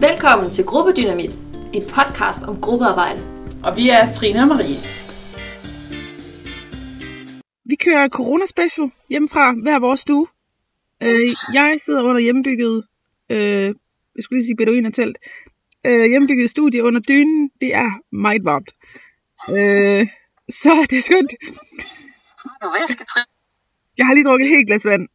Velkommen til Gruppedynamit, et podcast om gruppearbejde. Og vi er Trine og Marie. Vi kører corona-special hjemmefra hver vores stue. Jeg sidder under hjemmebygget, jeg skulle lige sige beduinertelt, hjemmebygget studie under dynen. Det er meget varmt. Så det er skønt. Jeg har lige drukket et helt glas vand.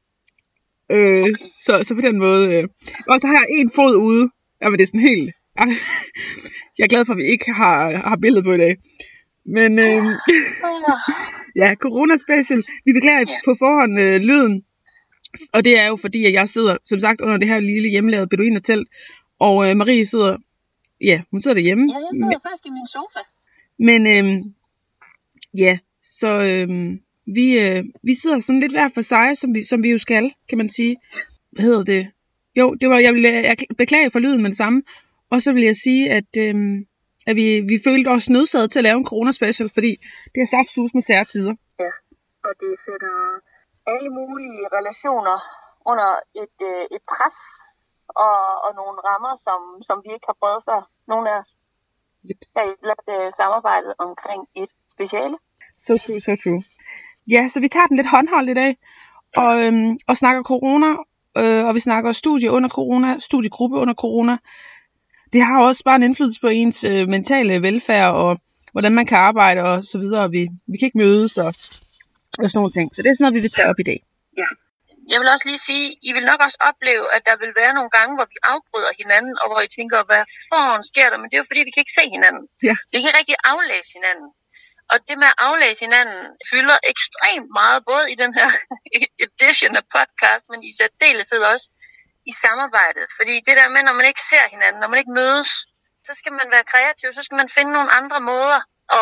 Så på den måde. Og så har jeg en fod ude. Jamen det er sådan helt. Jeg er glad for, at vi ikke har billedet på i dag. Men ja, corona special. Vi beklager på forhånd lyden. Og det er jo fordi, at jeg sidder, som sagt, under det her lille hjemmelavede beduinertelt. Og Marie sidder, hun sidder derhjemme. Ja, jeg sidder faktisk i min sofa. Men så vi sidder sådan lidt hver for sig, som vi jo skal, kan man sige. Hvad hedder det? Jo, det var, jeg beklager for lyden med det samme. Og så vil jeg sige, at vi følte os nødsaget til at lave en corona-special, fordi det er saftsus med særtider. Ja, og det sætter alle mulige relationer under et pres og nogle rammer, som vi ikke har prøvet før. Nogle af os. Der er blandt samarbejdet omkring et speciale. So true. Ja, så vi tager den lidt håndholdt i dag, og snakker corona, og vi snakker studie under corona, studiegruppe under corona. Det har også bare en indflydelse på ens mentale velfærd, og hvordan man kan arbejde, og så videre. Vi kan ikke mødes, og sådan nogle ting. Så det er sådan noget, vi vil tage op i dag. Ja. Jeg vil også lige sige, I vil nok også opleve, at der vil være nogle gange, hvor vi afbryder hinanden, og hvor I tænker, hvad foran sker der? Men det er jo fordi, vi kan ikke se hinanden. Ja. Vi kan ikke rigtig aflæse hinanden. Og det med at aflæse hinanden fylder ekstremt meget, både i den her edition af podcast, men i særdeleshed også i samarbejdet. Fordi det der med, når man ikke ser hinanden, når man ikke mødes, så skal man være kreativ, så skal man finde nogle andre måder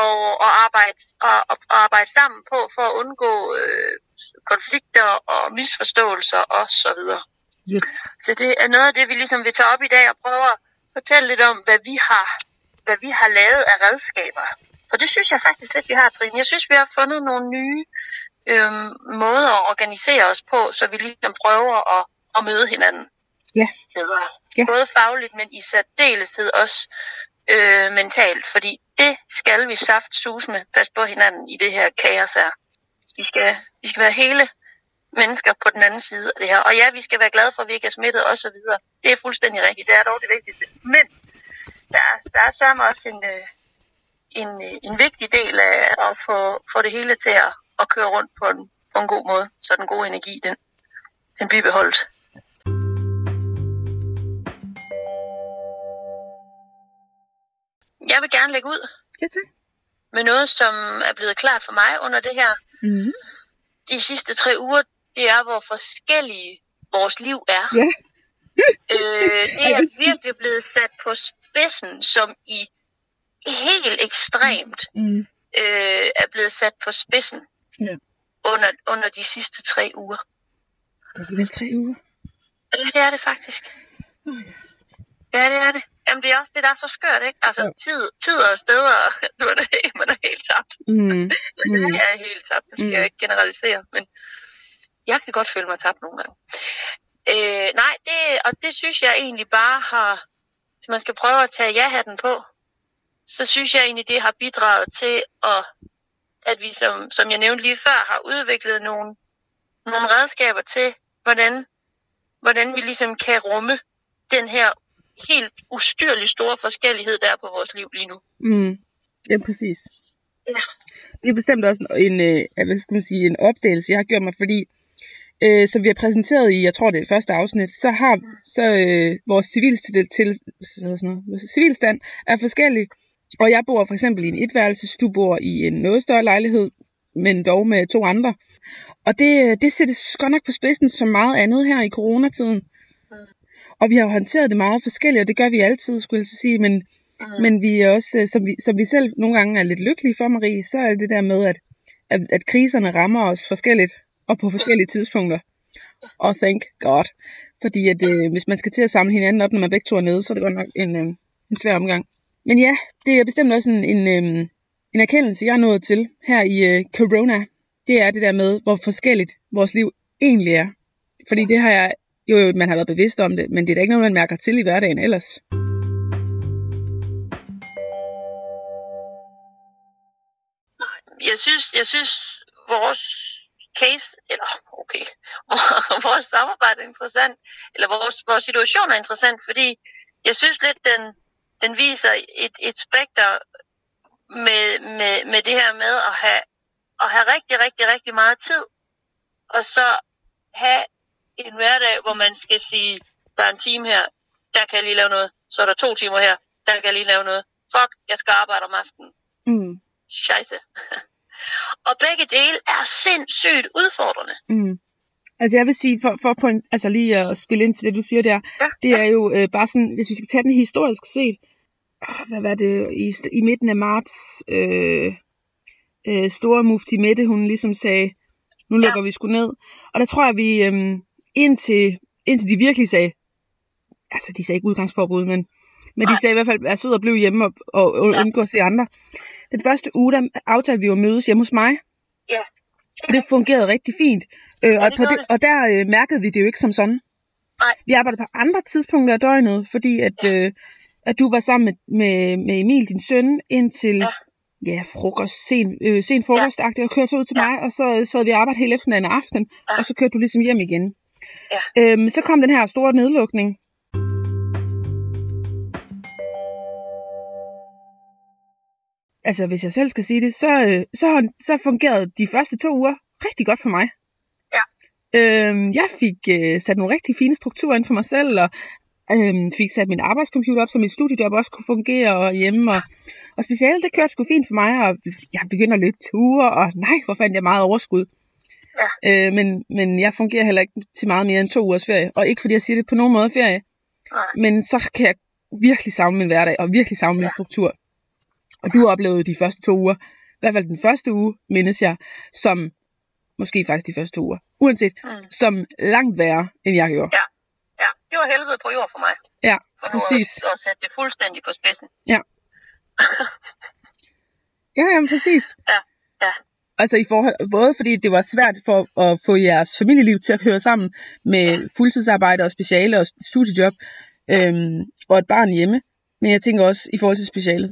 at arbejde sammen på, for at undgå konflikter og misforståelser og så videre. Yes. Så det er noget af det, vi ligesom vil tage op i dag og prøve at fortælle lidt om, hvad vi har lavet af redskaber. For det synes jeg faktisk lidt, vi har, Trine. Jeg synes, vi har fundet nogle nye måder at organisere os på, så vi ligesom prøver at møde hinanden bedre. Ja. Både fagligt, men i særdeleshed også mentalt. Fordi det skal vi saftsus med passe på hinanden i det her kaos her. Vi skal være hele mennesker på den anden side af det her. Og ja, vi skal være glade for, at vi ikke er smittet og så videre. Det er fuldstændig rigtigt. Det er dog det vigtigste. Men der er sørme også en vigtig del af at få det hele til at køre rundt på en god måde, så den gode energi, den bibeholdes. Jeg vil gerne lægge ud med noget, som er blevet klart for mig under det her. Mm. De sidste 3 uger, det er, hvor forskellige vores liv er. Ja. Det er virkelig blevet sat på spidsen, som i helt ekstremt er blevet sat på spidsen under de sidste 3 uger. Det er vel 3 uger? Ja, det er det faktisk. Ja, det er det. Jamen, det er også det, der er så skørt, ikke? Altså, tid og steder, man er helt tabt. Jeg er helt tabt, det skal jeg ikke generalisere, men jeg kan godt føle mig tabt nogle gange. Det synes jeg egentlig bare har, hvis man skal prøve at tage ja-hatten på, så synes jeg egentlig, det har bidraget til, at vi, som jeg nævnte lige før, har udviklet nogle redskaber til, hvordan vi ligesom kan rumme den her helt ustyrligt store forskellighed, der er på vores liv lige nu. Ja, præcis. Ja. Det er bestemt også en opdagelse, jeg har gjort mig, fordi som vi har præsenteret i, jeg tror det er det første afsnit, så har vores civilstand er forskellig. Og jeg bor for eksempel i en etværelses, du bor i en noget større lejlighed, men dog med 2 andre. Og det sættes godt nok på spidsen som meget andet her i coronatiden. Og vi har jo håndteret det meget forskelligt, og det gør vi altid, skulle jeg sige. Men vi er også, som vi selv nogle gange er lidt lykkelige for, Marie, så er det der med, at kriserne rammer os forskelligt og på forskellige tidspunkter. Og thank God. Fordi at, hvis man skal til at samle hinanden op, når man begge to er nede, så er det godt nok en svær omgang. Men ja, det er bestemt også en erkendelse, jeg er nået til her i corona. Det er det der med, hvor forskelligt vores liv egentlig er. Fordi det har jeg Jo, man har været bevidst om det, men det er da ikke noget, man mærker til i hverdagen ellers. Jeg synes vores case, eller okay, vores samarbejde er interessant, eller vores situation er interessant, fordi jeg synes lidt, den viser et spekter med det her med at have rigtig, rigtig, rigtig meget tid, og så have en hverdag, hvor man skal sige, der er en time her, der kan jeg lige lave noget, så er der 2 timer her, der kan jeg lige lave noget. Fuck, jeg skal arbejde om aftenen. Scheisse. Og begge dele er sindssygt udfordrende. Altså jeg vil sige, altså lige at spille ind til det, du siger der, det er jo bare sådan, hvis vi skal tage den historisk set, hvad var det, i midten af marts, store mufti Mette, hun ligesom sagde, nu lukker vi sgu ned. Og der tror jeg, vi indtil de virkelig sagde, altså de sagde ikke udgangsforbud, men de sagde i hvert fald, at sød og blev hjemme og undgå at se andre. Den første uge, der aftalte vi jo at mødes hjemme hos mig. Ja. Og det fungerede rigtig fint. Og der mærkede vi det jo ikke som sådan. Nej. Vi arbejdede på andre tidspunkter af døgnet, fordi at du var sammen med Emil, din søn, indtil frokost, sen frokostagtigt, og kørte så ud til mig, og så sad vi og arbejdede hele eftermiddagen og aftenen, og så kørte du ligesom hjem igen. Ja. Så kom den her store nedlukning. Altså, hvis jeg selv skal sige det, så fungerede de første 2 uger rigtig godt for mig. Ja. Jeg fik sat nogle rigtig fine strukturer ind for mig selv, og fik sat min arbejdscomputer op, så mit studiejob også kunne fungere og hjemme. Og specielt, det kørte sgu fint for mig, og jeg begyndte at løbe ture, og nej, hvor fandt jeg meget overskud. Ja. Men jeg fungerer heller ikke til meget mere end 2 ugers ferie. Og ikke fordi jeg siger det på nogen måde ferie, men så kan jeg virkelig savne min hverdag, og virkelig savne min struktur. Og du oplevede de første 2 uger, i hvert fald den første uge, mindes jeg, som, måske faktisk de første 2 uger, uanset, som langt værre, end jeg gjorde. Ja, det var helvede på jord for mig. Ja, for præcis. For nu at sætte det fuldstændig på spidsen. Ja. Jamen præcis. Ja. Altså i forhold, både fordi det var svært for at få jeres familieliv til at høre sammen med fuldtidsarbejde og speciale og studiejob, og et barn hjemme, men jeg tænker også i forhold til specialet.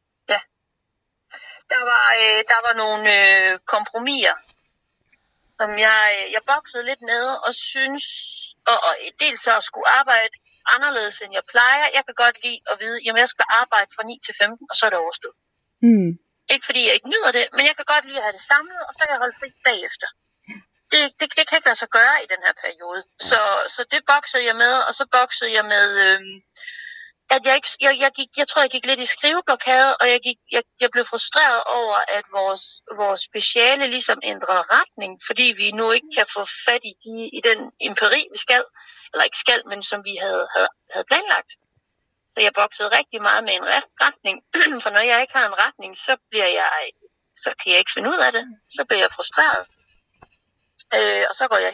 Der var nogle kompromiser, som jeg boksede lidt med og synes, og dels så skulle arbejde anderledes end jeg plejer. Jeg kan godt lide at vide, jamen jeg skal arbejde fra 9 til 15, og så er det overstået. Ikke fordi jeg ikke nyder det, men jeg kan godt lide at have det samlet, og så kan jeg holde fri bagefter. Det kan ikke lade sig gøre i den her periode. Så det boksede jeg med, og så boksede jeg med... at jeg tror, jeg gik lidt i skriveblokade, og jeg blev frustreret over, at vores speciale ligesom ændrede retning, fordi vi nu ikke kan få fat i den empiri, vi skal, eller ikke skal, men som vi havde planlagt. Så jeg boksede rigtig meget med en retning, for når jeg ikke har en retning, så kan jeg ikke finde ud af det, så bliver jeg frustreret. Og så går jeg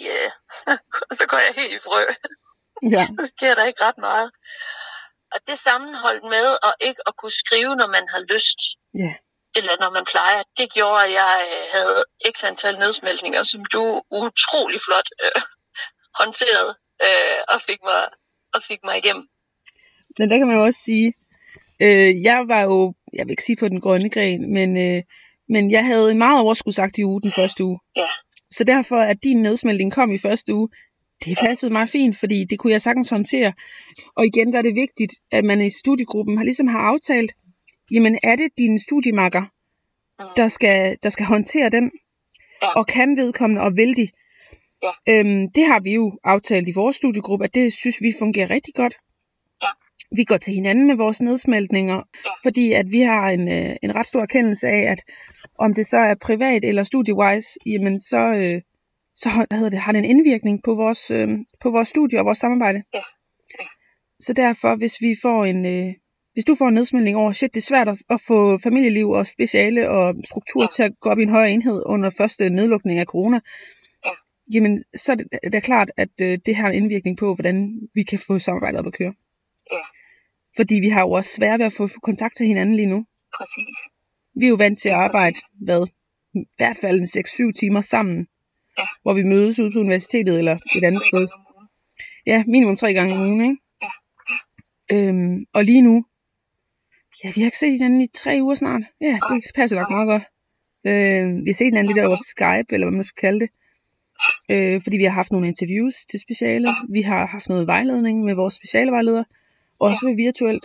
helt i frø. Ja. Så sker der ikke ret meget. Og det sammenholdt med at ikke at kunne skrive, når man har lyst, eller når man plejer, det gjorde, at jeg havde x antal nedsmeltninger, som du utrolig flot håndterede og fik mig igennem. Men der kan man jo også sige, jeg var jo, jeg vil ikke sige på den grønne gren, men jeg havde en meget overskudsagtig uge den første uge. Ja. Så derfor, at din nedsmeltning kom i første uge, det passede mig fint, fordi det kunne jeg sagtens håndtere. Og igen, der er det vigtigt, at man i studiegruppen ligesom har aftalt, jamen er det din studiemakker, der skal håndtere den, og kan vedkommende, og vil de. Ja. Det har vi jo aftalt i vores studiegruppe, at det synes vi fungerer rigtig godt. Ja. Vi går til hinanden med vores nedsmeltninger, fordi at vi har en ret stor erkendelse af, at om det så er privat eller studiewise, jamen så har det en indvirkning på vores studie og vores samarbejde. Ja. Så derfor, hvis du får en nedsmeltning over, det er svært at få familieliv og speciale og struktur til at gå op i en højere enhed under første nedlukning af corona, jamen så er det klart, at det har en indvirkning på, hvordan vi kan få samarbejdet op at køre. Ja. Fordi vi har jo også svært ved at få kontakt til hinanden lige nu. Præcis. Vi er jo vant til at arbejde, i hvert fald 6-7 timer sammen, hvor vi mødes ude på universitetet eller et andet sted. Ja, minimum 3 gange om ugen, ikke? Og lige nu, ja, vi har ikke set hinanden i 3 uger snart. Ja, det passer nok meget godt. Vi har set hinanden lidt over Skype, eller hvad man skal kalde det. Fordi vi har haft nogle interviews til specialet. Vi har haft noget vejledning med vores specialevejledere. Også virtuelt.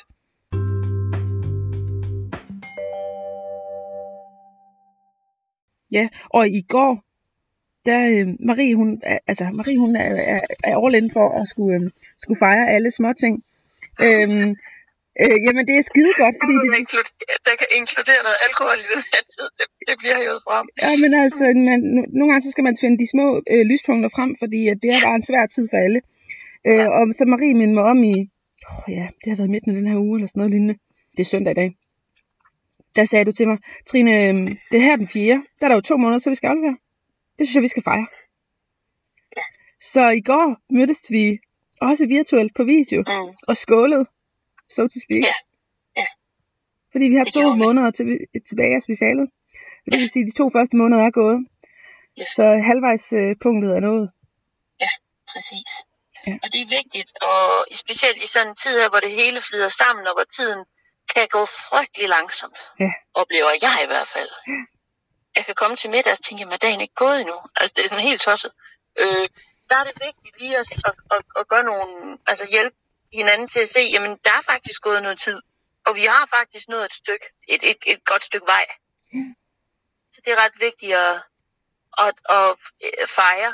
Ja, og i går, der Marie hun er all in for at skulle fejre alle små ting. Jamen det er skide godt, fordi der kan inkludere noget alkohol i den her tid. Det bliver jo frem. Ja, men altså, nogle gange så skal man finde de små lyspunkter frem, fordi at det er bare en svær tid for alle. Og så Marie mindte mig om det har været midten af den her uge, eller sådan noget lignende. Det er søndag i dag. Der sagde du til mig, Trine, det her den 4. Der er der jo 2 måneder, så vi skal aflevere. Det synes jeg, vi skal fejre. Ja. Så i går mødtes vi også virtuelt på video og skålede, so to speak. Ja. Fordi vi har 2 måneder tilbage af specialet. Det vil sige, at de 2 første måneder er gået. Yes. Så halvvejspunktet er nået. Ja, præcis. Ja. Og det er vigtigt, og specielt i sådan en tid her, hvor det hele flyder sammen, og hvor tiden kan gå frygtelig langsomt. Ja. Oplever jeg i hvert fald. Ja. Jeg kan komme til middag og tænke, at dagen ikke gået endnu. Altså det er sådan helt tosset. Der er det vigtigt lige at gøre nogle, altså hjælpe hinanden til at se, jamen der er faktisk gået noget tid. Og vi har faktisk nået et godt stykke vej. Ja. Så det er ret vigtigt at fejre.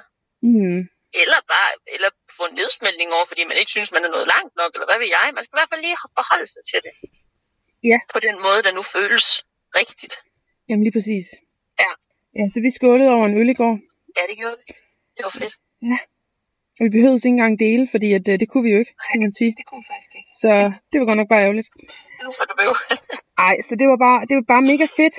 Eller få en nedsmeltning over, fordi man ikke synes, man er nået langt nok, eller hvad ved jeg. Man skal i hvert fald lige forholde sig til det. Ja. På den måde, der nu føles rigtigt. Jamen lige præcis. Ja. Ja, så vi skålede over en øl i går. Ja, det gjorde vi. Det var fedt. Ja. Og vi behøvede ikke engang dele, fordi at, det kunne vi jo ikke, kan man sige. Det kunne vi faktisk ikke. Så det var godt nok bare ærgerligt. Det var for du bøv. Ej, så det var bare mega fedt.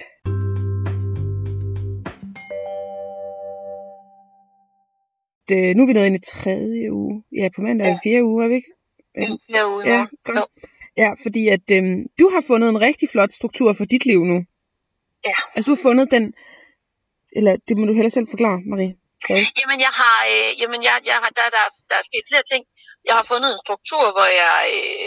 Nu er vi nået ind i 3. uge. Ja, på mandag er det 4. uge, er vi ikke? Ja, 4. uge. Ja, godt. Ja, fordi at du har fundet en rigtig flot struktur for dit liv nu. Ja. Altså du har fundet den, eller det må du heller selv forklare, Marie. Okay. Jamen jeg har, der er sket flere ting. Jeg har fundet en struktur, hvor jeg,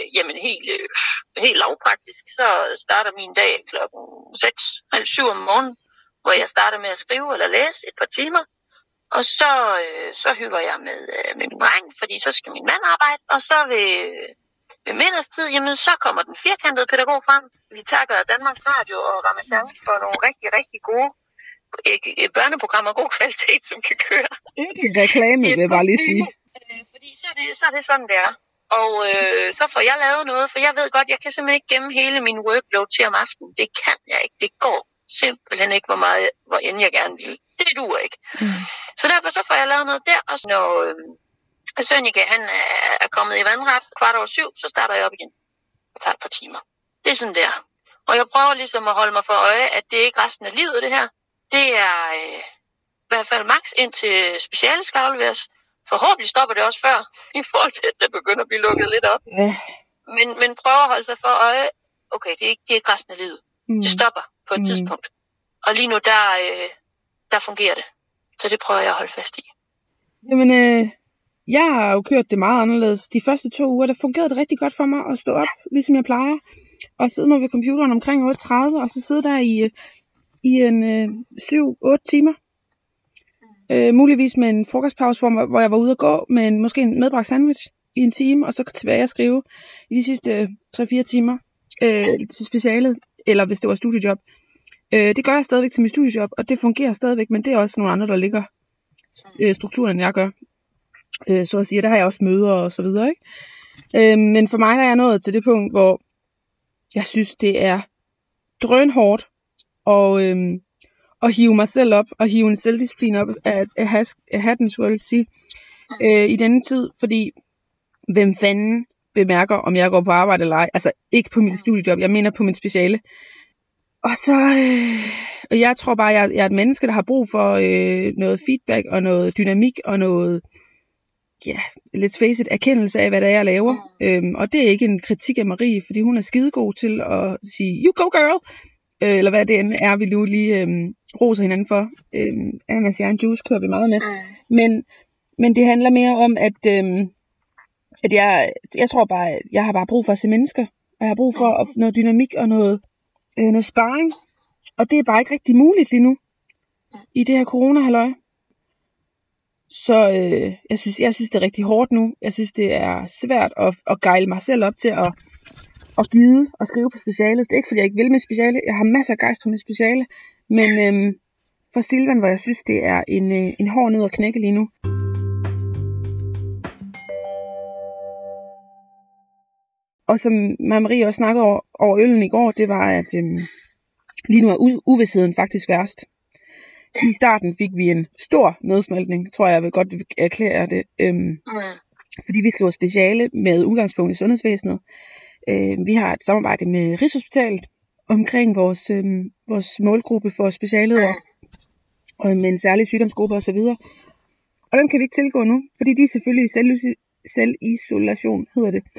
helt lavpraktisk, så starter min dag klokken 6:30 om morgenen, hvor jeg starter med at skrive eller læse et par timer. Og så hygger jeg med min dreng, fordi så skal min mand arbejde, og så ved middagstid, jamen så kommer den firkantede pædagog frem. Vi takker Danmarks Radio og Ramachan for nogle rigtig, rigtig gode børneprogrammer af god kvalitet, som kan køre. Ikke reklame, vil jeg bare lige sige. Fordi så er det sådan, det er. Og så får jeg lavet noget, for jeg ved godt, jeg kan simpelthen ikke gemme hele min workload til om aftenen. Det kan jeg ikke. Det går simpelthen ikke, hvor end jeg gerne vil. Det duer ikke. Så derfor så får jeg lavet noget der, og når Sønneke, han er kommet i vandret 7:15, så starter jeg op igen. Det tager et par timer. Det er sådan der. Og jeg prøver ligesom at holde mig for øje, at det er ikke resten af livet, det her. Det er i hvert fald maks indtil specialet skal afleveres. Forhåbentlig stopper det også før, i forhold til, at det begynder at blive lukket lidt op. Ja. Men prøv at holde sig for øje, okay, det er ikke resten af livet. Det stopper på et tidspunkt. Og lige nu, der fungerer det. Så det prøver jeg at holde fast i. Jamen, jeg har jo kørt det meget anderledes. De første 2 uger, der fungerede det rigtig godt for mig at stå op, ligesom jeg plejer. Og sidde mig ved computeren omkring 8:30, og så sidde der i en 7-8 timer. Muligvis med en frokostpause, hvor jeg var ude at gå med måske en medbragt sandwich i en time, og så tilbage og skrive i de sidste 3-4 timer til specialet, eller hvis det var studiejob. Det gør jeg stadigvæk til mit studiejob, og det fungerer stadigvæk, men det er også nogle andre, der ligger strukturen, end jeg gør. Så at sige, der har jeg også møder og så videre, ikke? Men for mig der er jeg nået til det punkt, hvor jeg synes, det er drønhårdt at hive mig selv op, og hive en selvdisciplin op af hatten, skulle jeg sige, i denne tid, fordi hvem fanden bemærker, om jeg går på arbejde eller ej, altså ikke på mit studiejob, jeg mener på mit speciale. Og så, og jeg tror bare, jeg er et menneske, der har brug for noget feedback, og noget dynamik, og noget, let's face it, erkendelse af, hvad det er, jeg laver. Og det er ikke en kritik af Marie, fordi hun er skidegod til at sige, you go girl, eller hvad det end er, vi nu lige roser hinanden for. Ananas juice kører vi meget med. Men det handler mere om, at at jeg tror bare, at jeg har bare brug for at se mennesker. Og jeg har brug for noget dynamik og noget sparring. Og det er bare ikke rigtig muligt lige nu. I det her corona-halløj. Så jeg synes, det er rigtig hårdt nu. Jeg synes, det er svært at gejle mig selv op til at gide og skrive på specialet. Det er ikke, fordi jeg ikke vil med speciale. Jeg har masser af gejst for mit speciale. Men for Silvan, hvor jeg synes, det er en hård nød at knække lige nu. Og som Marie også snakkede over øllen i går, det var, at lige nu er uvidsheden faktisk værst. I starten fik vi en stor nedsmeltning, tror jeg vil godt erklære det. Fordi vi skriver speciale med udgangspunkt i sundhedsvæsenet. Vi har et samarbejde med Rigshospitalet omkring vores målgruppe for specialheder. Og med en særlig sygdomsgruppe osv. Og dem kan vi ikke tilgå nu, fordi de er selvfølgelig i selvisolation, hedder det.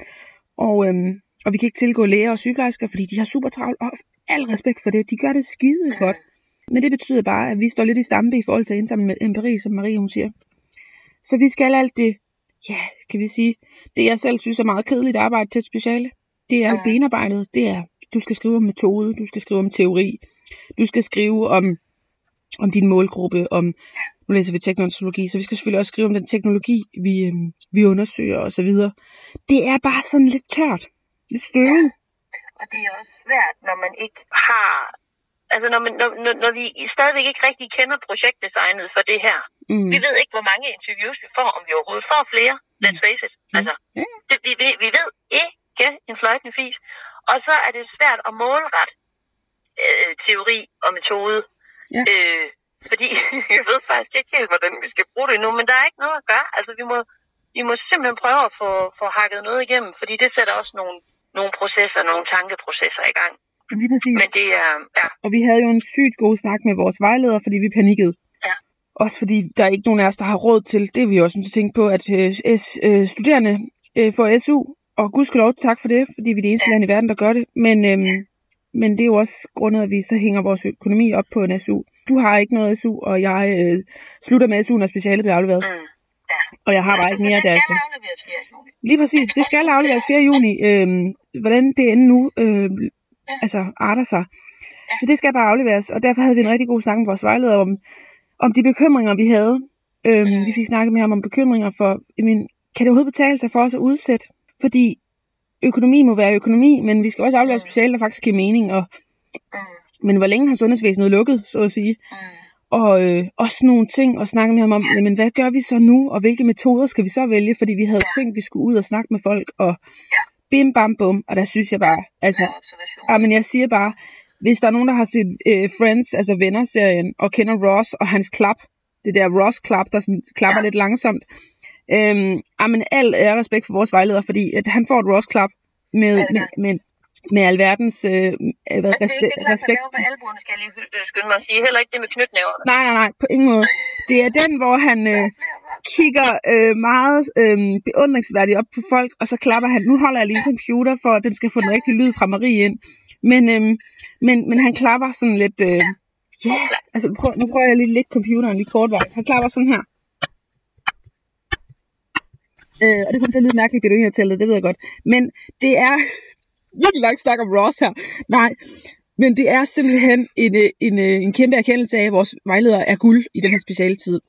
Og vi kan ikke tilgå læger og sygeplejersker, fordi de har super travlt, og al respekt for det, de gør det skide godt. Men det betyder bare, at vi står lidt i stampe i forhold til at indsamle med empiri, som Marie hun siger. Så vi skal alt det, kan vi sige, det jeg selv synes er meget kedeligt arbejde til et speciale. Det er benarbejdet, det er, du skal skrive om metode, du skal skrive om teori, du skal skrive om din målgruppe, nu læser vi teknologi, så vi skal selvfølgelig også skrive om den teknologi, vi undersøger osv. Det er bare sådan lidt tørt, lidt støvet. Ja. Og det er også svært, når man ikke har, altså når vi stadigvæk ikke rigtig kender projektdesignet for det her. Vi ved ikke, hvor mange interviews vi får, om vi overhovedet får flere, let's face it. Altså, vi ved ikke en fløjtende fis. Og så er det svært at målrette teori og metode. Ja. Fordi jeg ved faktisk ikke helt, hvordan vi skal bruge det nu, men der er ikke noget at gøre. Altså vi må simpelthen prøve at få hakket noget igennem, fordi det sætter også nogle processer, nogle tankeprocesser i gang. Lige præcis. Men det er, Og vi havde jo en sygt god snak med vores vejleder, fordi vi panikkede. Ja. Også fordi der er ikke nogen af os, der har råd til, det er vi også nødt til at tænke på, at studerende får SU, og gudskelov tak for det, fordi vi er det eneste land i verden, der gør det. Men det er jo også grundet, at vi så hænger vores økonomi op på en SU. Du har ikke noget SU, og jeg slutter med SU, når specialet bliver afleveret. Og jeg har bare ikke mere derefter. Det skal afleveres 4. juni. Lige præcis, det skal afleveres 4. juni. Hvordan det end nu arter sig. Så det skal bare afleveres, og derfor havde vi en rigtig god snak med vores vejleder om de bekymringer, vi havde. Vi fik snakket med ham om bekymringer for, kan det overhovedet betale sig for os at udsætte? Fordi økonomi må være økonomi, men vi skal også aflevere speciale, der faktisk giver mening. Men hvor længe har sundhedsvæsenet lukket, så at sige? Og også nogle ting at snakke med ham om, jamen hvad gør vi så nu, og hvilke metoder skal vi så vælge? Fordi vi havde tænkt, vi skulle ud og snakke med folk, og bim bam bum, og der synes jeg bare, men jeg siger bare, hvis der er nogen, der har set Friends, altså Venner-serien, og kender Ross og hans klap, det der Ross-klap, der sådan klapper lidt langsomt, men al respekt for vores vejleder, fordi at han får et Ross-klap med alverdens respekt. Med albuerne, skal jeg lige skynde mig at sige. Heller ikke det med knytnæverne. Nej, på ingen måde. Det er den, hvor han kigger meget beundringsværdigt op på folk, og så klapper han. Nu holder jeg lige en computer, for at den skal få den rigtige lyd fra Marie ind. Men han klapper sådan lidt... altså nu prøver jeg lige at lægge computeren lige kort vej. Han klapper sådan her. Og det kommer til at lyde mærkeligt, det du ikke har tællet, det ved jeg godt. Men det er... virkelig langt snak om Ross her. Nej, men det er simpelthen en kæmpe erkendelse af, at vores vejleder er guld i den her speciale tid.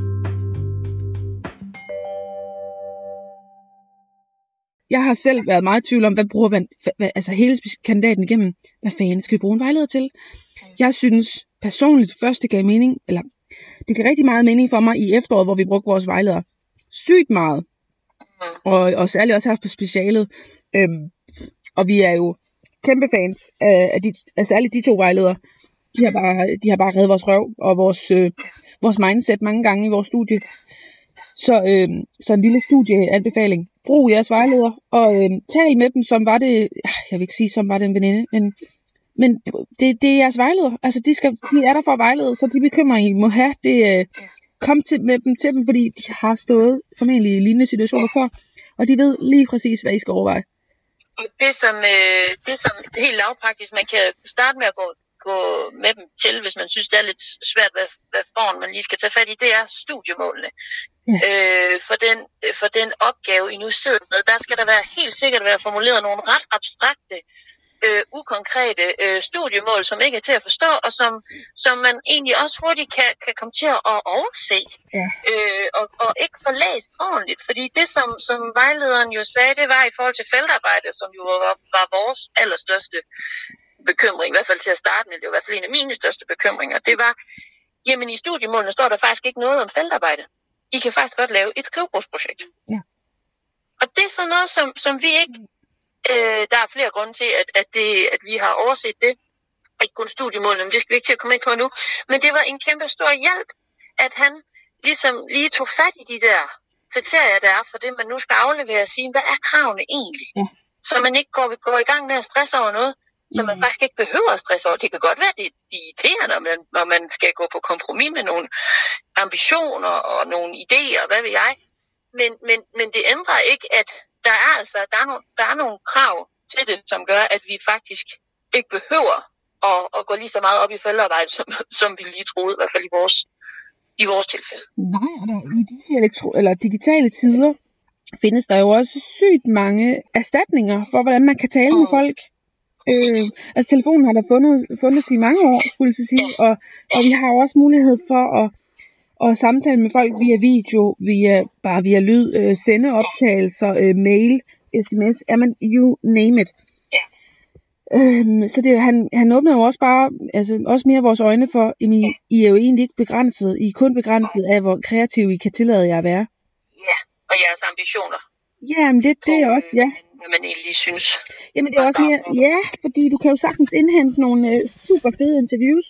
Jeg har selv været meget i tvivl om, hvad bruger man, altså hele kandidaten igennem, hvad fanden skal vi bruge en vejleder til? Jeg synes personligt, først det gav mening, eller det gav rigtig meget mening for mig i efteråret, hvor vi brugte vores vejleder. Sygt meget. Og særligt også her på specialet. Og vi er jo kæmpe fans af særligt de to vejledere. De har bare reddet vores røv og vores mindset mange gange i vores studie. Så en lille studieanbefaling. Brug jeres vejleder og tal med dem, som var det, jeg vil ikke sige, som var det en veninde, men det er jeres vejleder. Altså de er der for at vejlede, så de bekymringer I må have, kom med dem til dem, fordi de har stået formentlig i lignende situationer før, og de ved lige præcis, hvad I skal overveje. Det som helt lavpraktisk, man kan starte med at gå med dem til, hvis man synes, det er lidt svært, hvad form man lige skal tage fat i, det er studiemålene. for den opgave, I nu sidder med. Der skal der helt sikkert være formuleret nogle ret abstrakte, ukonkrete studiemål, som ikke er til at forstå, og som man egentlig også hurtigt kan komme til at overse, og ikke få læst ordentligt. Fordi det, som vejlederen jo sagde, det var i forhold til feltarbejde, som jo var vores allerstørste bekymring, i hvert fald til at starte med, det var i hvert fald en af mine største bekymringer, det var, jamen i studiemålene står der faktisk ikke noget om feltarbejde. I kan faktisk godt lave et skrivebordsprojekt. Ja. Og det er sådan noget, som vi ikke, der er flere grunde til, at vi har overset det. Ikke kun studiemålene, men det skal vi ikke til at komme ind på nu. Men det var en kæmpe stor hjælp, at han ligesom lige tog fat i de der kriterier, der er for det, man nu skal aflevere og sige, hvad er kravene egentlig? Ja. Så man ikke går i gang med at stresse over noget, som man faktisk ikke behøver at stresse over. Det kan godt være, det er irriterende, når man skal gå på kompromis med nogle ambitioner og nogle idéer, hvad ved jeg. Men det ændrer ikke, at der er nogle krav til det, som gør, at vi faktisk ikke behøver at gå lige så meget op i feltarbejde, som vi lige troede, i hvert fald i vores tilfælde. Nej, i disse digitale tider findes der jo også sygt mange erstatninger for, hvordan man kan tale med folk. Altså telefonen har der fundet i mange år, skulle jeg sige, og vi har også mulighed for at samtale med folk via video, via lyd, sende optagelser, mail, sms, you name it. Så det, han åbner jo også bare, altså også mere vores øjne for, I er jo egentlig ikke begrænset, I er kun begrænset af, hvor kreative I kan tillade jer at være. Ja, og jeres ambitioner. Ja, men det er også, ja. Hvad man egentlig synes. Jamen det er også mere, ja, fordi du kan jo sagtens indhente nogle super fede interviews.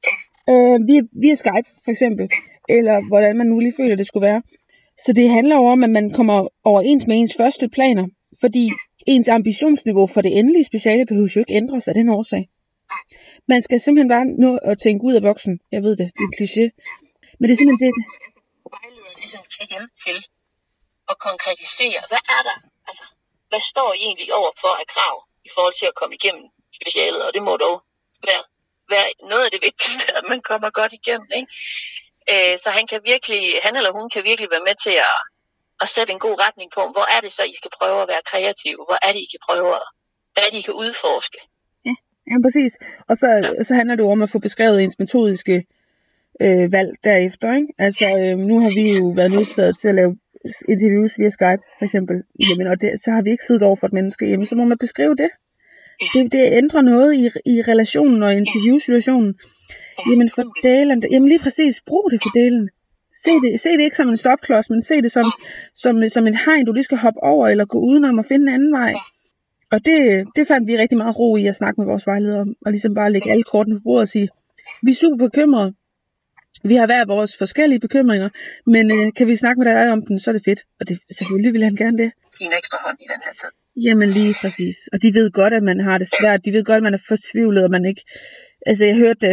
Via Skype for eksempel, eller hvordan man nu lige føler det skulle være. Så det handler jo om, at man kommer overens med ens første planer, fordi ens ambitionsniveau for det endelige speciale behøver jo ikke ændres af den årsag. Man skal simpelthen bare nå at tænke ud af boksen. Jeg ved det, det er en kliché. Men det er simpelthen det. Vejlederen ligesom kan hjælpe til at konkretisere, hvad er der? Altså, hvad står I egentlig over for af krav i forhold til at komme igennem specialet? Og det må dog være noget af det vigtigste, at man kommer godt igennem, ikke? Så han eller hun kan virkelig være med til at sætte en god retning på, hvor er det så, I skal prøve at være kreative? Hvor er det, I kan prøve hvad er det, I kan udforske? Ja, præcis. Og så handler det om at få beskrevet ens metodiske valg derefter, ikke? Altså, nu har vi jo været nødsaget til at lave interviews via Skype, for eksempel. Jamen, og så har vi ikke siddet over for et menneske. Jamen, så må man beskrive det. Det ændrer noget i relationen og interviewsituationen. Jamen, for delen. Jamen, lige præcis. Brug det for delen. Se det ikke som en stopklods, men se det som et hegn, du lige skal hoppe over, eller gå udenom og finde en anden vej. Og det fandt vi rigtig meget ro i at snakke med vores vejledere om, og ligesom bare lægge alle kortene på bordet og sige, vi er super bekymrede. Vi har hver vores forskellige bekymringer, men kan vi snakke med dig om den, så er det fedt. Og det, selvfølgelig vil han gerne det. Give en ekstra hånd i den her tid. Jamen lige præcis. Og de ved godt, at man har det svært. De ved godt, at man er fortvivlet, og man ikke... Altså jeg hørte,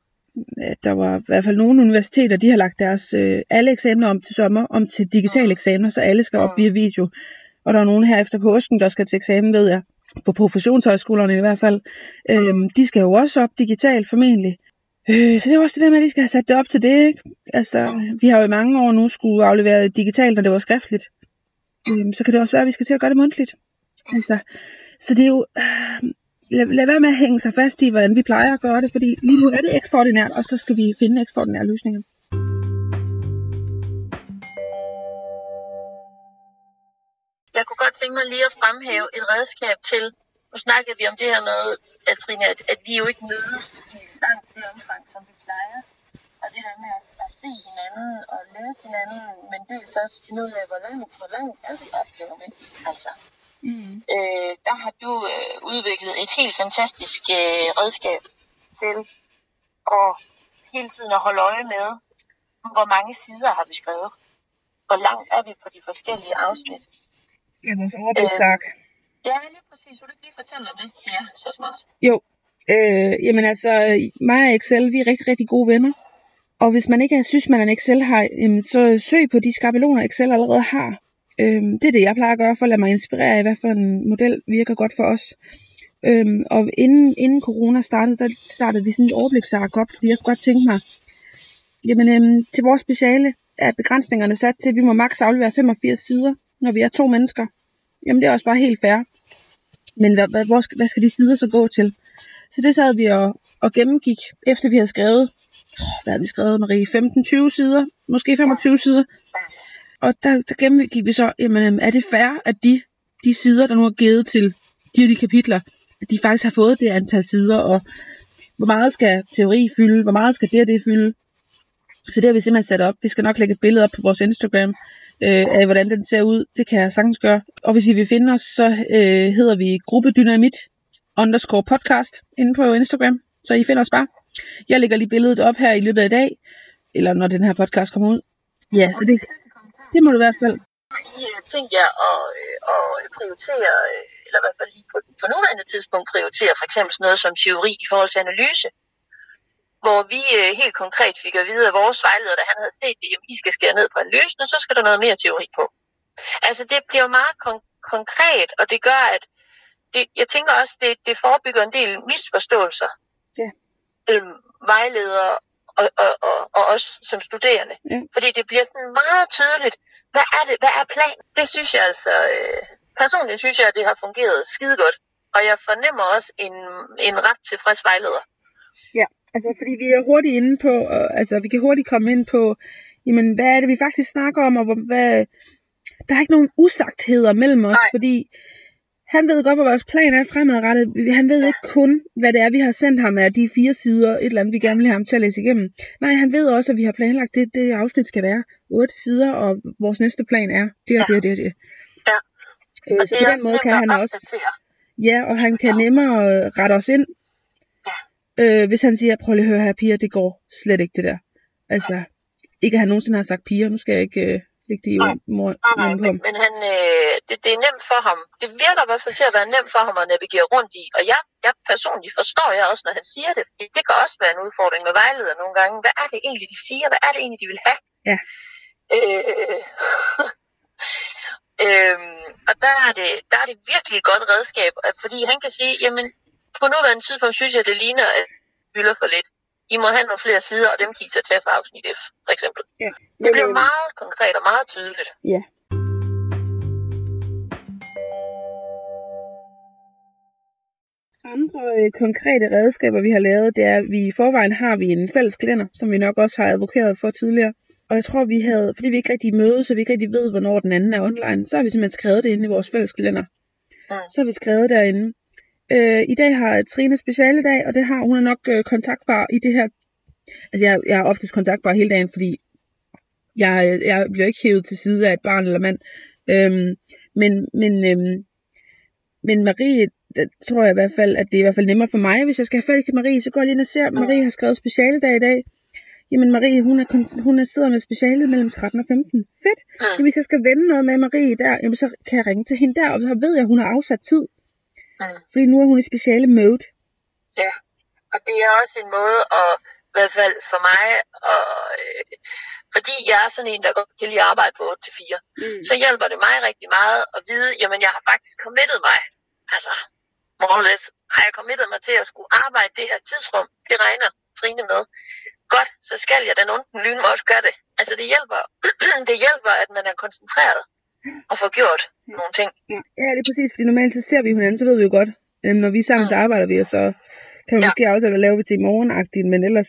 at der var i hvert fald nogle universiteter, de har lagt deres alle eksamener om til sommer, om til digitale eksamener, så alle skal op via video. Og der er nogen her efter påsken, der skal til eksamen, ved jeg. På professionshøjskolerne i hvert fald. De skal jo også op digitalt formentlig. Så det er også det der med, at de skal have sat det op til det, ikke? Altså, vi har jo i mange år nu skulle aflevere digitalt, når det var skriftligt. Så kan det også være, at vi skal til at gøre det mundtligt. Altså, så det er jo... Lad være med at hænge sig fast i, hvordan vi plejer at gøre det, fordi lige nu er det ekstraordinært, og så skal vi finde ekstraordinære løsninger. Jeg kunne godt tænke mig lige at fremhæve et redskab til. Nu snakkede vi om det her med, Trine, at vi jo ikke mødes i langt det omfang, som vi plejer. Og det der med at se hinanden og læse hinanden, men dels også finde ud af, hvor langt er vi opgavemæssigt. Altså. Der har du udviklet et helt fantastisk redskab til at hele tiden at holde øje med, hvor mange sider har vi skrevet. Hvor langt er vi på de forskellige afsnit. Ja, vores overbliksark. Ja, lige præcis. Vil du ikke lige fortælle om det? Ja, så smart. Jo, jamen altså, mig og Excel, vi er rigtig, rigtig gode venner. Og hvis man ikke synes, man er en Excel-haj, så søg på de skabeloner, Excel allerede har. Det er det, jeg plejer at gøre for at lade mig inspirere af, hvad for en model virker godt for os. Og inden corona startede vi sådan et overbliksark op, fordi jeg kunne godt tænke mig, jamen til vores speciale, er begrænsningerne sat til, at vi må maks aflevere 85 sider, når vi er 2 mennesker. Jamen det er også bare helt fair. Men hvad skal de sider så gå til? Så det sad vi og gennemgik, efter vi havde skrevet, hvad havde vi skrevet, Marie? 15-20 sider, måske 25 sider. Og der gennemgik vi så, jamen er det fair, at de sider, der nu er givet til de kapitler, at de faktisk har fået det antal sider, og hvor meget skal teori fylde, hvor meget skal det fylde. Så det har vi simpelthen sat op. Vi skal nok lægge et billede op på vores Instagram, af hvordan den ser ud. Det kan jeg sagtens gøre. Og hvis I vil finde os, så hedder vi gruppedynamit_podcast inde på Instagram. Så I finder os bare. Jeg lægger lige billedet op her i løbet af i dag, eller når den her podcast kommer ud. Ja, så det må du i hvert fald. I tænkte jer at prioritere, eller i hvert fald lige på nuværende tidspunkt prioritere for eksempel sådan noget som teori i forhold til analyse. Hvor vi helt konkret fik at vide af vores vejleder, da han havde set det, at I skal skære ned på analysen, og så skal der noget mere teori på. Altså det bliver meget konkret, og det gør, at jeg tænker også, det forebygger en del misforståelser. Ja. Vejledere og os som studerende. Ja. Fordi det bliver sådan meget tydeligt, hvad er planen? Det synes jeg altså, personligt synes jeg, at det har fungeret skide godt. Og jeg fornemmer også en ret tilfreds vejleder. Ja, altså fordi vi er hurtigt inde på, altså vi kan hurtigt komme ind på, jamen hvad er det vi faktisk snakker om, og der er ikke nogen usagtheder mellem os, fordi han ved godt, hvad vores plan er fremadrettet. Han ved ikke kun, hvad det er, vi har sendt ham af de 4 sider, et eller andet, vi gerne vil have ham til at læse igennem. Nej, han ved også, at vi har planlagt, det afsnit skal være 8 sider, og vores næste plan er det og det og det og det. Ja. Så på den måde kan han også... Ja, og han kan nemmere rette os ind. Hvis han siger, prøv lige at høre her, piger, det går slet ikke det der. Altså, ikke at han nogensinde har sagt piger, nu skal jeg ikke... lægge det i men han, det er nemt for ham. Det virker i hvert fald til at være nemt for ham at navigere rundt i. Og jeg personligt forstår jeg også, når han siger det. Fordi det kan også være en udfordring med vejledere nogle gange. Hvad er det egentlig, de siger? Hvad er det egentlig, de vil have? Ja. Og der er det virkelig et godt redskab. Fordi han kan sige, jamen på nuværende tidspunkt synes jeg, det ligner, at fylder for lidt. I må have nogle flere sider, og dem kan I så tage fra afsnit F, for eksempel. Ja. Det bliver meget konkret og meget tydeligt. Ja. Andre konkrete redskaber, vi har lavet, det er, at vi i forvejen har vi en fælles kalender, som vi nok også har advokeret for tidligere. Og jeg tror, vi havde, fordi vi ikke rigtig mødes, så vi ikke rigtig ved, hvornår den anden er online, så har vi simpelthen skrevet det inde i vores fælles kalender. Så har vi skrevet derinde. I dag har Trine specialdag, og det har hun er nok kontaktbar i det her. Altså jeg er oftest kontaktbar hele dagen, fordi jeg bliver ikke hævet til side af et barn eller mand. Men Marie, tror jeg i hvert fald, at det er i hvert fald nemmere for mig, hvis jeg skal have fat i Marie, så går jeg lige ind og ser, at Marie har skrevet specialdag i dag. Jamen Marie, hun sidder med specialet mellem 13 og 15. Fedt. Hvis jeg skal vende noget med Marie der, jamen, så kan jeg ringe til hende der, og så ved jeg, at hun har afsat tid. Fordi nu er hun i speciale mode. Ja, og det er også en måde at, i hvert fald for mig, fordi jeg er sådan en, der godt kan lide at arbejde på 8-4, så hjælper det mig rigtig meget at vide, jamen jeg har faktisk committet mig. Altså, more or less, har jeg committet mig til at skulle arbejde det her tidsrum. Det regner Trine med. Godt, så skal jeg den onden lyn også gøre det. Altså det hjælper, at man er koncentreret og får gjort nogle ting. Ja, det er præcis, fordi normalt så ser vi hinanden, så ved vi jo godt, når vi er sammen, så arbejder vi, og så kan vi måske aftale, hvad laver vi til i morgenagtigt, men ellers...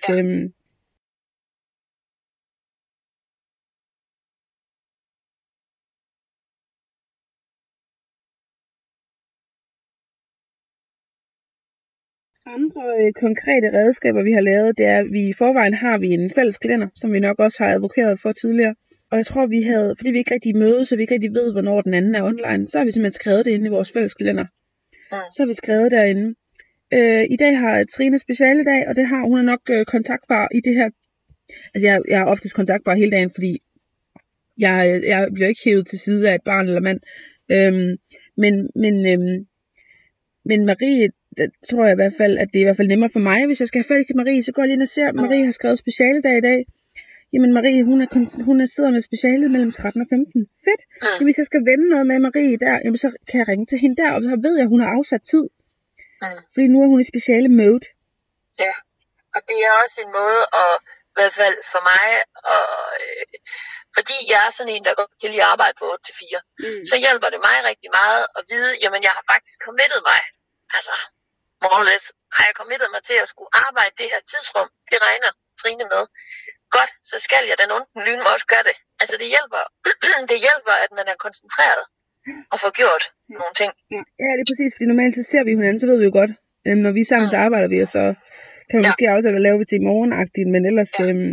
Andre konkrete redskaber, vi har lavet, det er, at vi i forvejen har vi en fælles kalender, som vi nok også har advokeret for tidligere. Og jeg tror, vi havde, fordi vi ikke rigtig mødes, så vi ikke rigtig ved, hvornår den anden er online, så har vi simpelthen skrevet det inde i vores fælles kalender. Så har vi skrevet derinde. I dag har Trine specialdag, og det har hun er nok kontaktbar i det her. Altså jeg er oftest kontaktbar hele dagen, fordi jeg bliver ikke hævet til side af et barn eller mand. Men Marie, tror jeg i hvert fald, at det er i hvert fald nemmere for mig, hvis jeg skal have fat i Marie, så går jeg lige ind og ser, at Marie har skrevet specialdag i dag. Jamen Marie, hun sidder med specialet mellem 13 og 15. Fedt. Hvis jeg skal vende noget med Marie der, jamen, så kan jeg ringe til hende der, og så ved jeg, at hun har afsat tid. Fordi nu er hun i speciale mode. Ja, og det er også en måde at, i hvert fald for mig, fordi jeg er sådan en, der godt kan lide at arbejde på 8-4, så hjælper det mig rigtig meget at vide, jamen jeg har faktisk committet mig. Altså, more or less, har jeg committet mig til at skulle arbejde det her tidsrum. Det regner Trine med. Godt, så skal jeg den onden lyn må også gøre det. Altså det hjælper, at man er koncentreret og får gjort nogle ting. Ja, det er præcis, fordi normalt så ser vi hinanden, så ved vi jo godt, når vi er sammen, så arbejder vi, og så kan vi måske aftale, hvad laver vi til i morgen-agtigt, men ellers...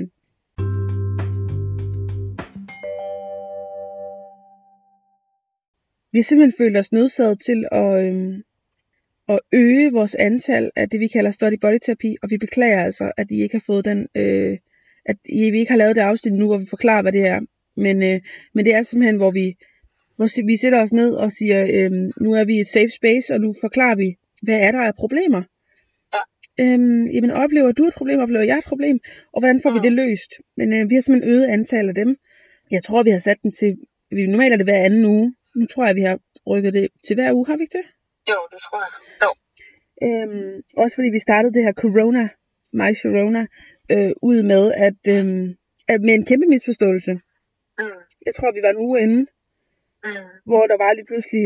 Vi har simpelthen følt os nødsaget til at øge vores antal af det, vi kalder study body terapi, og vi beklager altså, at I ikke har fået den, at vi ikke har lavet det afsnit nu, hvor vi forklarer, hvad det er. Men det er simpelthen, hvor vi sætter os ned og siger, nu er vi i et safe space, og nu forklarer vi, hvad er der af problemer. Jamen, oplever du et problem, oplever jeg et problem, og hvordan får vi det løst? Men vi har simpelthen øget antallet af dem. Jeg tror, vi har sat den til, normalt er det hver anden uge. Nu tror jeg, vi har rykket det til hver uge, har vi ikke det? Jo, det tror jeg. Jo. Også fordi vi startede det her corona ud med, at med en kæmpe misforståelse. Jeg tror, vi var en uge inden, hvor der var lige pludselig,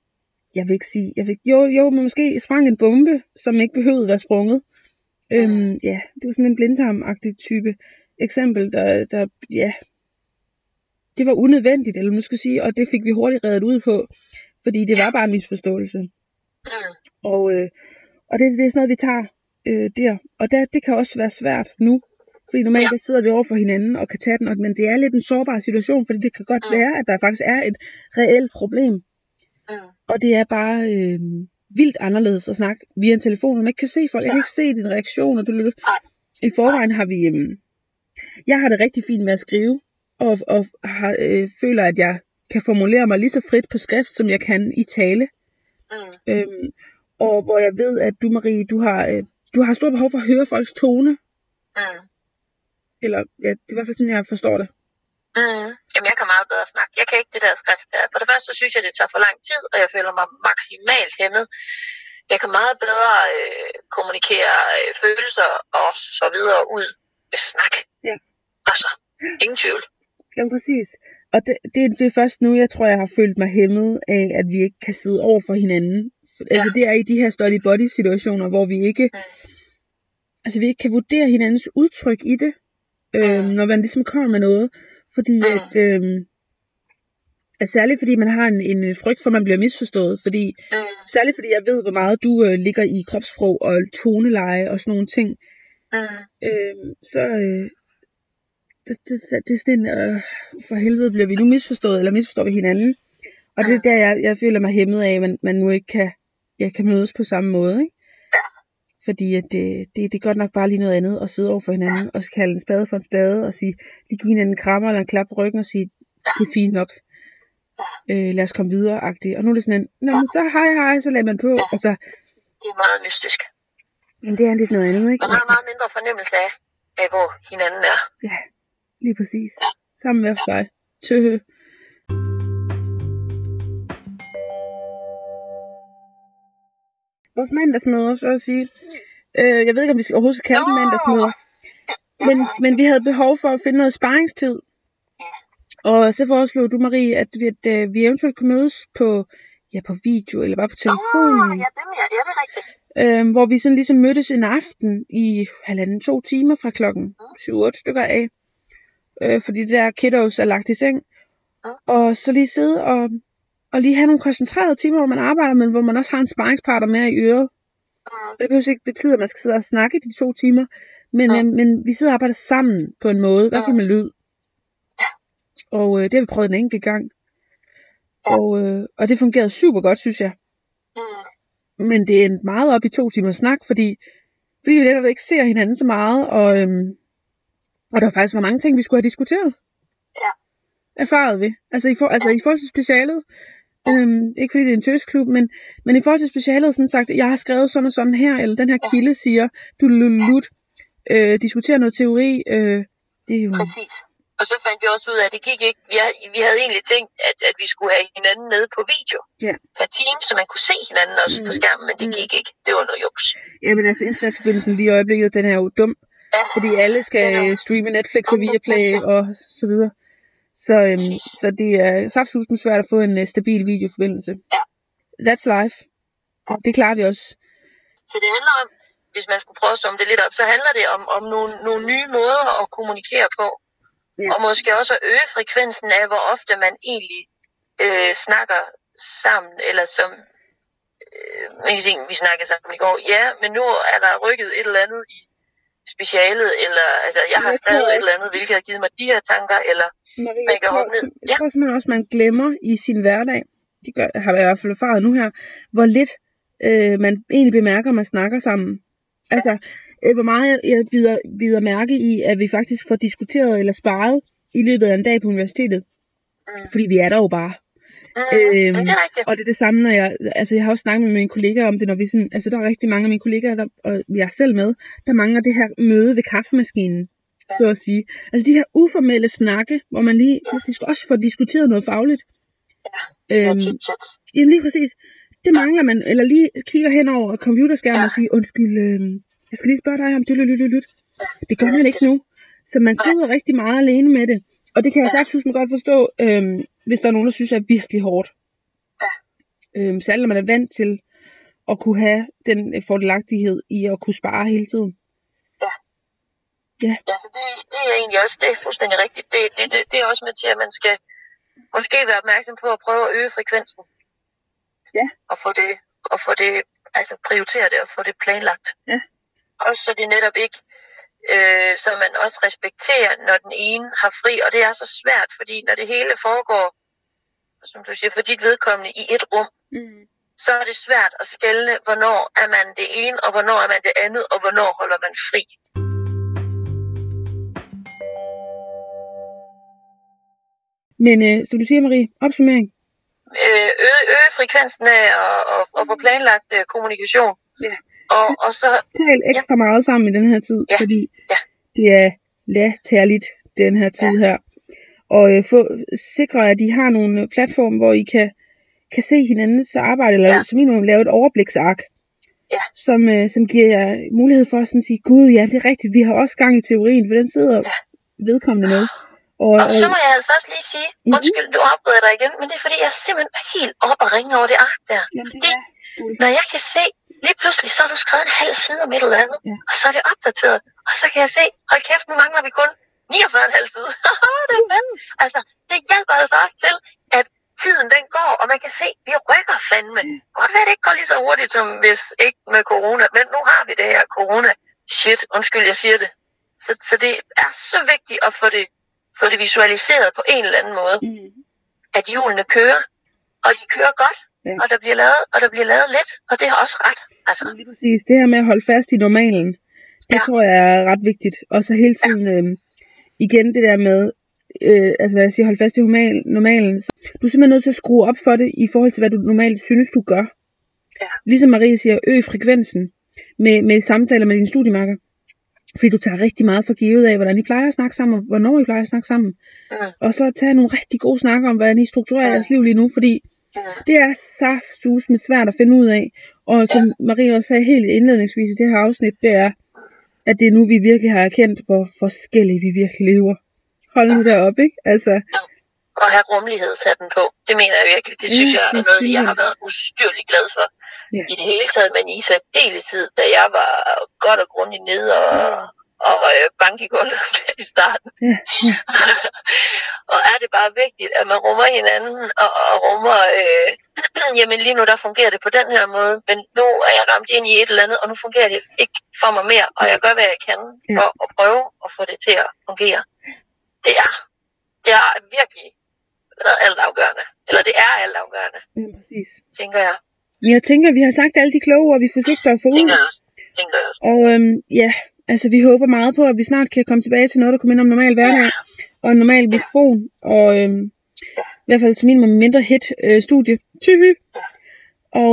men måske sprang en bombe, som ikke behøvede at være sprunget. Ja, det var sådan en blindtarm-agtig type eksempel, der det var unødvendigt, eller nu skal sige, og det fik vi hurtigt reddet ud på, fordi det var bare en misforståelse. Og det er sådan noget, vi tager der. Og det kan også være svært nu, fordi normalt der sidder vi over for hinanden og kan tage den, men det er lidt en sårbar situation, fordi det kan godt være, at der faktisk er et reelt problem. Og det er bare vildt anderledes at snakke via en telefon, når man ikke kan se folk. Jeg kan ikke se din reaktion, og du i forvejen har vi... jeg har det rigtig fint med at skrive, og føler, at jeg kan formulere mig lige så frit på skrift, som jeg kan i tale. Og hvor jeg ved, at du, Marie, du har stort behov for at høre folks tone. Eller, ja, det er i hvert fald sådan, jeg forstår det. Jamen, jeg kan meget bedre snakke. Jeg kan ikke det der skrift der. For det første, så synes jeg, det tager for lang tid, og jeg føler mig maksimalt hæmmet. Jeg kan meget bedre kommunikere følelser og så videre ud med snak. Ja. Altså, ingen tvivl. Jamen, præcis. Og det er først nu, jeg tror, jeg har følt mig hæmmet af, at vi ikke kan sidde over for hinanden. Altså, det er i de her study body situationer, hvor vi ikke... Altså, vi ikke kan vurdere hinandens udtryk i det, når man ligesom kommer med noget. Fordi at særligt fordi man har en frygt for, at man bliver misforstået. Særligt fordi jeg ved, hvor meget du ligger i kropssprog og toneleje og sådan nogle ting. Det er sådan for helvede bliver vi nu misforstået, eller misforstår vi hinanden. Og det er der, jeg føler mig hæmmet af, at man nu ikke kan mødes på samme måde, ikke? Fordi at det er godt nok bare lige noget andet at sidde over for hinanden, og kalde en spade for en spade, og sige, lige give hinanden en krammer eller en klap på ryggen, og sige, det er fint nok. Lad os komme videre-agtigt. Og nu er det sådan en, så hej, så lader man på. Og så, det er meget mystisk. Men det er lidt noget andet, ikke? Man har meget mindre fornemmelse af hvor hinanden er. Ja, lige præcis. Sammen med sig. Tøhø. Vores mandagsmøder, så at sige. Jeg ved ikke, om vi overhovedet skal kalde dem mandagsmøder. Men vi havde behov for at finde noget sparringstid. Og så foreslog du, Marie, at vi eventuelt kunne mødes på video, eller bare på telefonen. Ja, det er rigtigt. Hvor vi sådan ligesom mødtes en aften i 1,5-2 timer fra klokken 7-8 stykker af. Fordi det der kiddos er lagt i seng. Og så lige sidde og lige have nogle koncentrerede timer, hvor man arbejder, men hvor man også har en sparringspartner med i øret. Det behøver ikke betyde, at man skal sidde og snakke de 2 timer. Men vi sidder og arbejder sammen på en måde, i hvert fald med lyd. Og det har vi prøvet en enkelt gang. Og det fungerede super godt, synes jeg. Men det endte meget op i 2 timer snak, fordi vi netop ikke ser hinanden så meget. Og der var faktisk mange ting, vi skulle have diskuteret. Ja. Erfarede vi. Altså i forhold til specialet. Ikke fordi det er en tøsklub, men i forhold til specialet sådan sagt, jeg har skrevet sådan og sådan her, eller den her kilde siger, du diskuterer noget teori. Det er jo... Præcis. Og så fandt vi også ud af, at det gik ikke. Vi havde egentlig tænkt, at vi skulle have hinanden med på video per team, så man kunne se hinanden også på skærmen, men det gik ikke. Det var noget juks. Jamen altså, internetforbindelsen lige i øjeblikket, den er jo dum. Ja. Fordi alle skal streame Netflix og Viaplay og så videre. Så det er saftsusende svært at få en stabil videoforbindelse. Ja. That's life. Og det klarer vi også. Så det handler om, hvis man skulle prøve at summe det lidt op, så handler det om nogle nye måder at kommunikere på. Ja. Og måske også at øge frekvensen af, hvor ofte man egentlig snakker sammen, eller som man kan sige, vi snakkede sammen i går, ja, men nu er der rykket et eller andet i specialet, eller altså jeg har skrevet et eller andet, hvilket har givet mig de her tanker, eller Marie, man kan hoppe ned. Jeg tror simpelthen også, man glemmer i sin hverdag, har jeg i hvert fald erfaret nu her, hvor lidt man egentlig bemærker, at man snakker sammen. Altså, hvor meget jeg bider mærke i, at vi faktisk får diskuteret eller sparet i løbet af en dag på universitetet. Fordi vi er der jo bare. Det er rigtigt. Og det er det samme, når jeg har også snakket med mine kollegaer om det, når vi sådan, altså der er rigtig mange af mine kollegaer, og jeg er selv med, der mangler det her møde ved kaffemaskinen, så at sige. Altså de her uformelle snakke, hvor man lige faktisk også får diskuteret noget fagligt. Jamen lige præcis. Det mangler man, eller lige kigger hen over computerskærmen og siger, undskyld, jeg skal lige spørge dig om det. Det gør man ikke nu. Så man sidder rigtig meget alene med det. Og det kan jeg sagtens godt forstå, hvis der er nogen, der synes, er virkelig hårdt. Særligt når man er vant til at kunne have den fordelagtighed i at kunne spare hele tiden. Ja, så det er egentlig også, det er fuldstændig rigtigt. Det er også med til, at man skal måske være opmærksom på at prøve at øge frekvensen. Ja. Og få det, altså prioritere det og få det planlagt. Ja. Også så det netop ikke, så man også respekterer, når den ene har fri. Og det er så svært, fordi når det hele foregår, som du siger, for dit vedkommende i et rum, så er det svært at skelne, hvornår er man det ene, og hvornår er man det andet, og hvornår holder man fri. Men som du siger, Marie, opsummering. Øge frekvensen af og få planlagt kommunikation. Ja. Og så tal ekstra meget sammen i den her tid, fordi det er latterligt den her tid her. Og sikre, at I har nogle platforme, hvor I kan se hinandens arbejde, eller som minimum lave et overbliksark, som giver jer mulighed for at sådan sige, gud ja, det er rigtigt, vi har også gang i teorien, for den sidder vedkommende med. Og så må jeg altså også lige sige, undskyld, du afbryder dig igen, men det er fordi, jeg er simpelthen helt op og ringe over det ark der. Jamen, fordi, når jeg kan se, lige pludselig, så har du skrevet en halv side om et eller andet, og så er det opdateret, og så kan jeg se, hold kæft, nu mangler vi kun 49,5 side. Det er fedt. Altså, det hjælper altså også til, at tiden den går, og man kan se, vi rykker fandme. Godt være, det ikke går lige så hurtigt, som hvis ikke med corona, men nu har vi det her corona. Shit, undskyld, jeg siger det. Så det er så vigtigt at få det visualiseret på en eller anden måde, at hjulene kører, og de kører godt, og der bliver lavet let, og det har også ret. Altså. Lige præcis, det her med at holde fast i normalen, det tror jeg er ret vigtigt, og så hele tiden igen det der med, altså hvad jeg siger, holde fast i normalen, så du er simpelthen nødt til at skrue op for det, i forhold til hvad du normalt synes du gør. Ligesom Marie siger, øg frekvensen med samtaler med dine studiemarker. Fordi du tager rigtig meget for givet af, hvordan I plejer at snakke sammen, og hvornår I plejer at snakke sammen. Og så tage nogle rigtig gode snakker om, hvordan I strukturerer jeres liv lige nu, fordi det er saftsuseme svært at finde ud af. Og som Marie også sagde helt indledningsvis i det her afsnit, det er, at det er nu, vi virkelig har erkendt, hvor forskellige vi virkelig lever. Hold nu deroppe, ikke? Altså. Og have rummelighedshatten på. Det mener jeg virkelig. Det synes jeg er noget, jeg har været ustyrligt glad for. I det hele taget, men i særdeleshed, da jeg var godt og grundigt nede og bank i gulvet i starten. Og er det bare vigtigt, at man rummer hinanden og rummer, jamen lige nu der fungerer det på den her måde, men nu er jeg ramt ind i et eller andet, og nu fungerer det ikke for mig mere, og jeg gør, hvad jeg kan for at prøve at få det til at fungere. Det er virkelig altafgørende. Eller det er altafgørende. Ja, præcis. Tænker jeg. Men jeg tænker, vi har sagt alle de kloge ord, vi forsøgte at få ud. Tænker jeg også. Og altså vi håber meget på, at vi snart kan komme tilbage til noget, der kommer ind om normal hverdag. Og en normal mikrofon. Og i hvert fald til minimum mindre hit studie. Og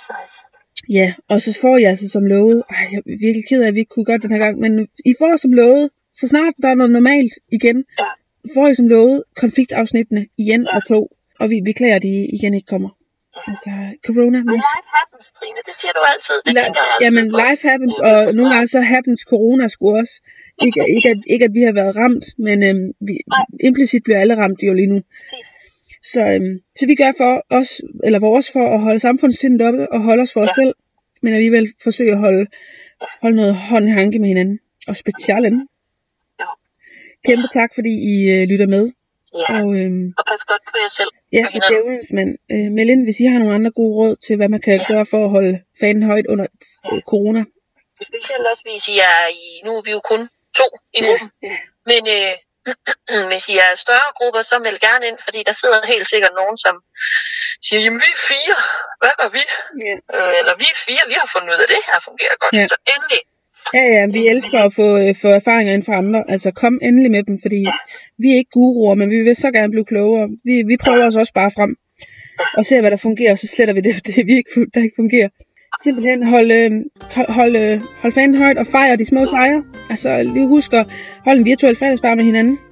og så får jeg altså som lovet. Jeg er virkelig ked af, at vi ikke kunne gøre det den her gang. Men I får som lovet, så snart der er noget normalt igen, får I som lovet konfliktafsnittene igen og 2. Og vi beklager, at de igen ikke kommer. Altså, corona. Men life happens, Trine. Det siger du altid. Det tænker jeg altid. Jamen, life happens, og nogle gange så happens corona sgu også. Ikke at vi har været ramt, men implicit bliver alle ramt jo lige nu. Så vi gør for os, eller vores for at holde samfundssindet oppe og holde os for os selv, men alligevel forsøge at holde noget hånd i hanke med hinanden. Og specielt. Kæmpe tak, fordi I lytter med. Ja, og pas godt på jer selv. Ja, for dævlens mand. Meld ind, hvis I har nogle andre gode råd til, hvad man kan gøre for at holde fanen højt under corona. Specielt også, hvis I er nu er vi jo kun 2 i gruppen. Ja. Men hvis I er større grupper, så meld gerne ind, fordi der sidder helt sikkert nogen, som siger, jamen vi er 4, hvad gør vi? Ja. Eller vi er 4, vi har fundet ud af, det her fungerer godt, så endelig. Ja, vi elsker at få erfaringer ind fra andre, altså kom endelig med dem, fordi vi er ikke guruer, men vi vil så gerne blive klogere. Vi prøver os også bare frem, og ser hvad der fungerer, og så sletter vi det der ikke fungerer. Simpelthen hold fanen højt og fejre de små sejre. Altså lige husk at holde en virtuel fredagsbar med hinanden.